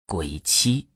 鬼妻。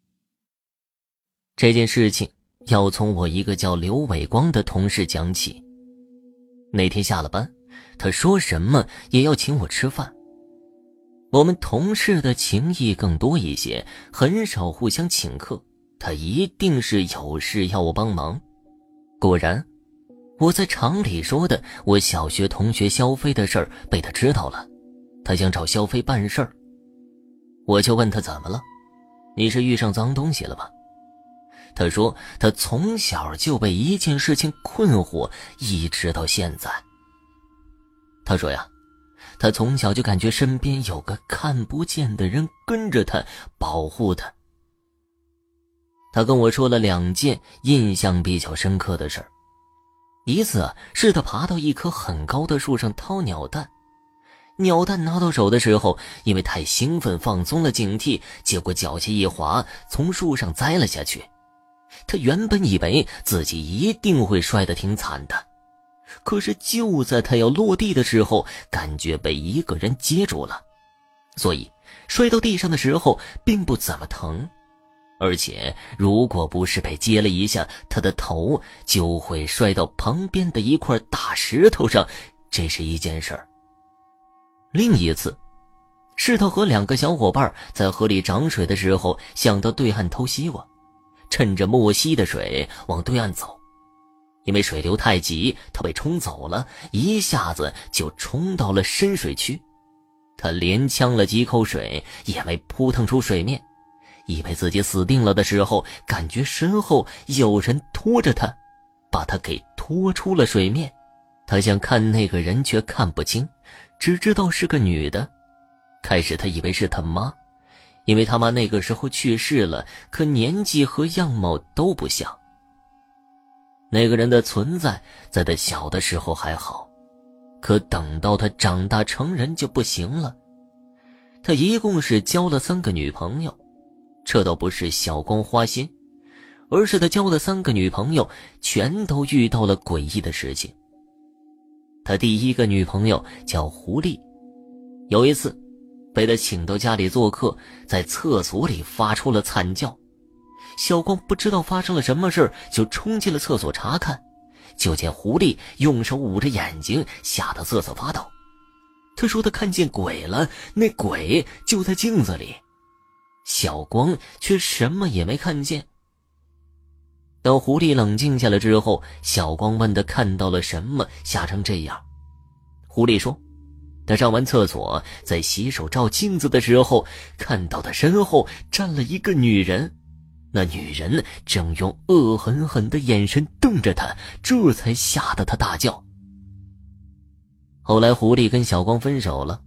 这件事情要从我一个叫刘伟光的同事讲起。那天下了班，他说什么也要请我吃饭。我们同事的情谊更多一些，很少互相请客，他一定是有事要我帮忙。果然，我在厂里说的我小学同学肖飞的事儿被他知道了，他想找肖飞办事儿。我就问他怎么了，你是遇上脏东西了吧？他说他从小就被一件事情困惑，一直到现在。他说呀，他从小就感觉身边有个看不见的人跟着他，保护他。他跟我说了2件印象比较深刻的事儿。一次是他爬到一棵很高的树上掏鸟蛋，鸟蛋拿到手的时候，因为太兴奋放松了警惕，结果脚下一滑，从树上栽了下去。他原本以为自己一定会摔得挺惨的，可是就在他要落地的时候，感觉被一个人接住了，所以摔到地上的时候并不怎么疼，而且如果不是被接了一下，他的头就会摔到旁边的一块大石头上，这是一件事儿。另一次是他和2个小伙伴在河里涨水的时候，想到对岸偷西瓜，趁着没溪的水往对岸走。因为水流太急，他被冲走了，一下子就冲到了深水区。他连呛了几口水也没扑腾出水面，以为自己死定了的时候，感觉身后有人拖着他，把他给拖出了水面。他想看那个人却看不清，只知道是个女的。开始他以为是他妈，因为他妈那个时候去世了，可年纪和样貌都不像。那个人的存在在他小的时候还好，可等到他长大成人就不行了。他一共是交了3个女朋友，这倒不是小光花心，而是他交的3个女朋友全都遇到了诡异的事情。他第1个女朋友叫狐狸，有一次被他请到家里做客，在厕所里发出了惨叫。小光不知道发生了什么事，就冲进了厕所查看，就见狐狸用手捂着眼睛，吓得瑟瑟发抖。他说他看见鬼了，那鬼就在镜子里。小光却什么也没看见。等狐狸冷静下来之后，小光问他看到了什么，吓成这样。狐狸说他上完厕所，在洗手照镜子的时候，看到他身后站了一个女人，那女人正用恶狠狠的眼神瞪着他，这才吓得他大叫。后来狐狸跟小光分手了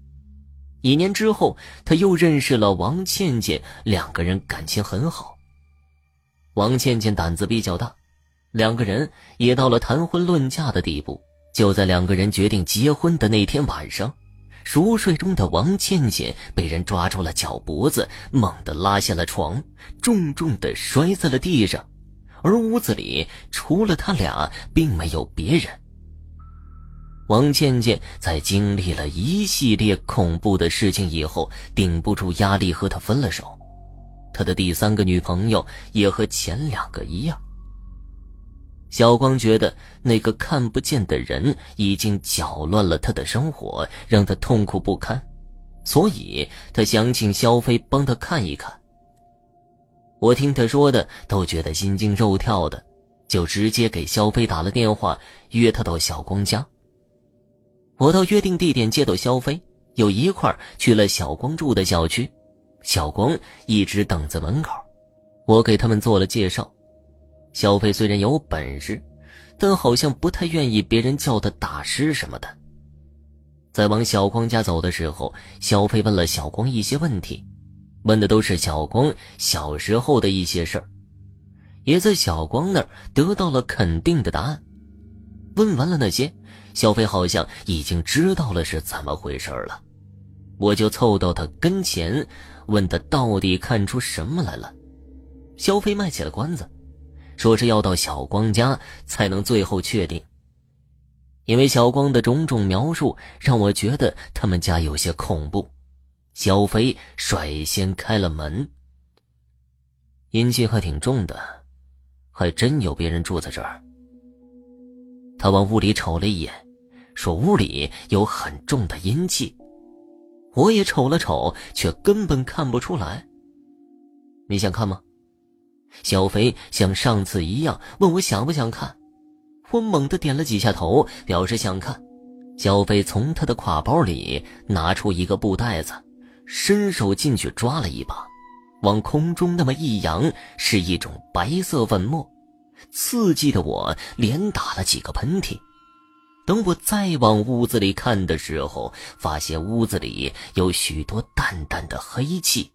，1年之后他又认识了王倩倩，2个人感情很好。王倩倩胆子比较大，2个人也到了谈婚论嫁的地步。就在2个人决定结婚的那天晚上，熟睡中的王倩倩被人抓住了脚脖子，猛地拉下了床，重重地摔在了地上，而屋子里除了他俩并没有别人。王倩倩在经历了一系列恐怖的事情以后，顶不住压力和他分了手。他的第3个女朋友也和前2个一样。小光觉得那个看不见的人已经搅乱了他的生活，让他痛苦不堪，所以他想请肖飞帮他看一看。我听他说的都觉得心惊肉跳的，就直接给肖飞打了电话，约他到小光家。我到约定地点接到肖飞，又一块儿去了小光住的小区。小光一直等在门口，我给他们做了介绍。肖飞虽然有本事，但好像不太愿意别人叫他大师什么的。在往小光家走的时候，肖飞问了小光一些问题，问的都是小光小时候的一些事儿，也在小光那儿得到了肯定的答案。问完了那些，肖飞好像已经知道了是怎么回事了。我就凑到他跟前，问他到底看出什么来了。肖飞卖起了关子，说是要到小光家才能最后确定。因为小光的种种描述让我觉得他们家有些恐怖，肖飞率先开了门。 阴气还挺重的，还真有别人住在这儿。他往屋里瞅了一眼，说屋里有很重的阴气。我也瞅了瞅，却根本看不出来。你想看吗？小飞像上次一样问我想不想看。我猛地点了几下头，表示想看。小飞从他的挎包里拿出一个布袋子，伸手进去抓了一把，往空中那么一扬，是一种白色粉末，刺激的我连打了几个喷嚏。等我再往屋子里看的时候，发现屋子里有许多淡淡的黑气，